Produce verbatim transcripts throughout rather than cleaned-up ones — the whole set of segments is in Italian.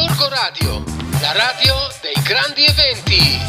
Gorgo Radio, la radio dei grandi eventi.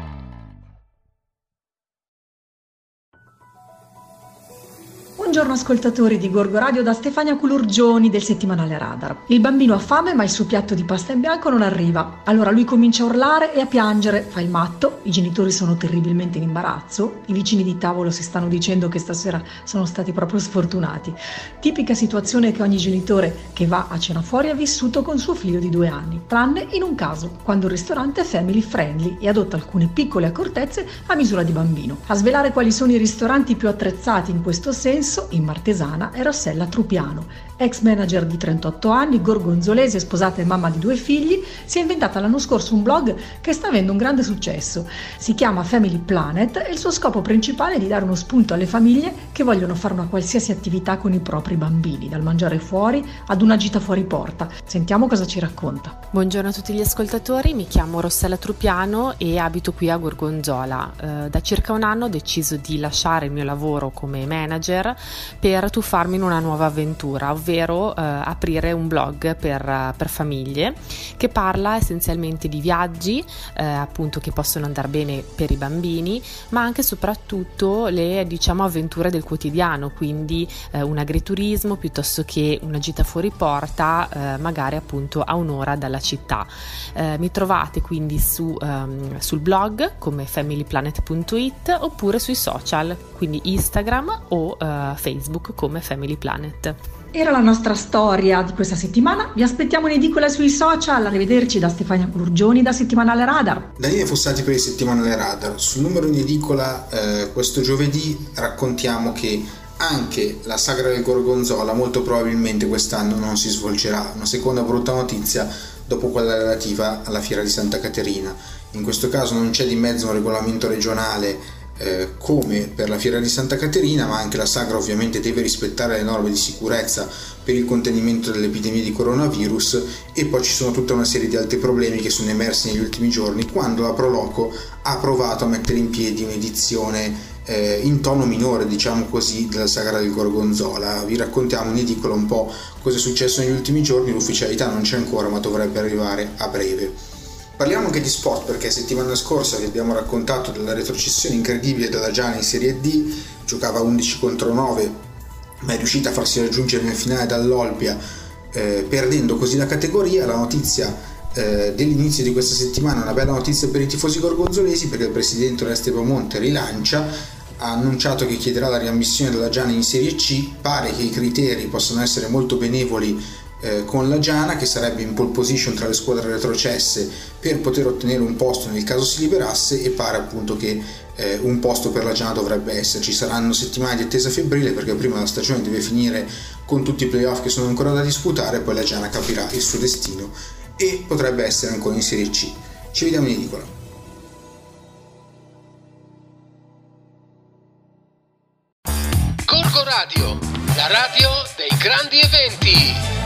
Buongiorno ascoltatori di Gorgo Radio da Stefania Culurgioni del settimanale Radar. Il bambino ha fame ma il suo piatto di pasta in bianco non arriva. Allora lui comincia a urlare e a piangere, fa il matto, i genitori sono terribilmente in imbarazzo, i vicini di tavolo si stanno dicendo che stasera sono stati proprio sfortunati. Tipica situazione che ogni genitore che va a cena fuori ha vissuto con suo figlio di due anni, tranne in un caso, quando il ristorante è family friendly e adotta alcune piccole accortezze a misura di bambino. A svelare quali sono i ristoranti più attrezzati in questo senso in Martesana è Rossella Trupiano, ex manager di trentotto anni, gorgonzolese, sposata e mamma di due figli. Si è inventata l'anno scorso un blog che sta avendo un grande successo. Si chiama Family Planet e il suo scopo principale è di dare uno spunto alle famiglie che vogliono fare una qualsiasi attività con i propri bambini, dal mangiare fuori ad una gita fuori porta. Sentiamo cosa ci racconta. Buongiorno a tutti gli ascoltatori, mi chiamo Rossella Trupiano e abito qui a Gorgonzola. Eh, da circa un anno ho deciso di lasciare il mio lavoro come manager per tuffarmi in una nuova avventura, ovvero eh, aprire un blog per, per famiglie che parla essenzialmente di viaggi, eh, appunto che possono andare bene per i bambini, ma anche e soprattutto le diciamo avventure del quotidiano, quindi eh, un agriturismo piuttosto che una gita fuori porta, eh, magari appunto a un'ora dalla città. Eh, mi trovate quindi su, um, sul blog come family planet punto it oppure sui social, quindi Instagram o uh, Facebook come Family Planet. Era la nostra storia di questa settimana, vi aspettiamo in edicola sui social. Arrivederci da Stefania Curgioni da Settimanale Radar. Daniele Fossati per il Settimanale Radar. Sul numero in edicola eh, questo giovedì raccontiamo che anche la sagra del Gorgonzola molto probabilmente quest'anno non si svolgerà. Una seconda brutta notizia dopo quella relativa alla Fiera di Santa Caterina. In questo caso non c'è di mezzo un regolamento regionale Eh, come per la Fiera di Santa Caterina, ma anche la sagra ovviamente deve rispettare le norme di sicurezza per il contenimento dell'epidemia di coronavirus, e poi ci sono tutta una serie di altri problemi che sono emersi negli ultimi giorni quando la Proloco ha provato a mettere in piedi un'edizione eh, in tono minore, diciamo così, della sagra del Gorgonzola. Vi raccontiamo in edicola un po' cosa è successo negli ultimi giorni. L'ufficialità non c'è ancora, ma dovrebbe arrivare a breve. Parliamo anche di sport, perché settimana scorsa vi abbiamo raccontato della retrocessione incredibile della Giana in Serie D. Giocava undici contro nove, ma è riuscita a farsi raggiungere nel finale dall'Olbia, eh, perdendo così la categoria. La notizia eh, dell'inizio di questa settimana è una bella notizia per i tifosi gorgonzolesi, perché il presidente Oreste Pamonte rilancia, ha annunciato che chiederà la riammissione della Giana in Serie C. Pare che i criteri possano essere molto benevoli Eh, con la Giana, che sarebbe in pole position tra le squadre retrocesse per poter ottenere un posto nel caso si liberasse, e pare appunto che eh, un posto per la Giana dovrebbe esserci. Saranno settimane di attesa febbrile, perché prima la stagione deve finire con tutti i playoff che sono ancora da disputare, poi la Giana capirà il suo destino e potrebbe essere ancora in Serie C. Ci vediamo in edicola. Gorgo Radio, la radio dei grandi eventi.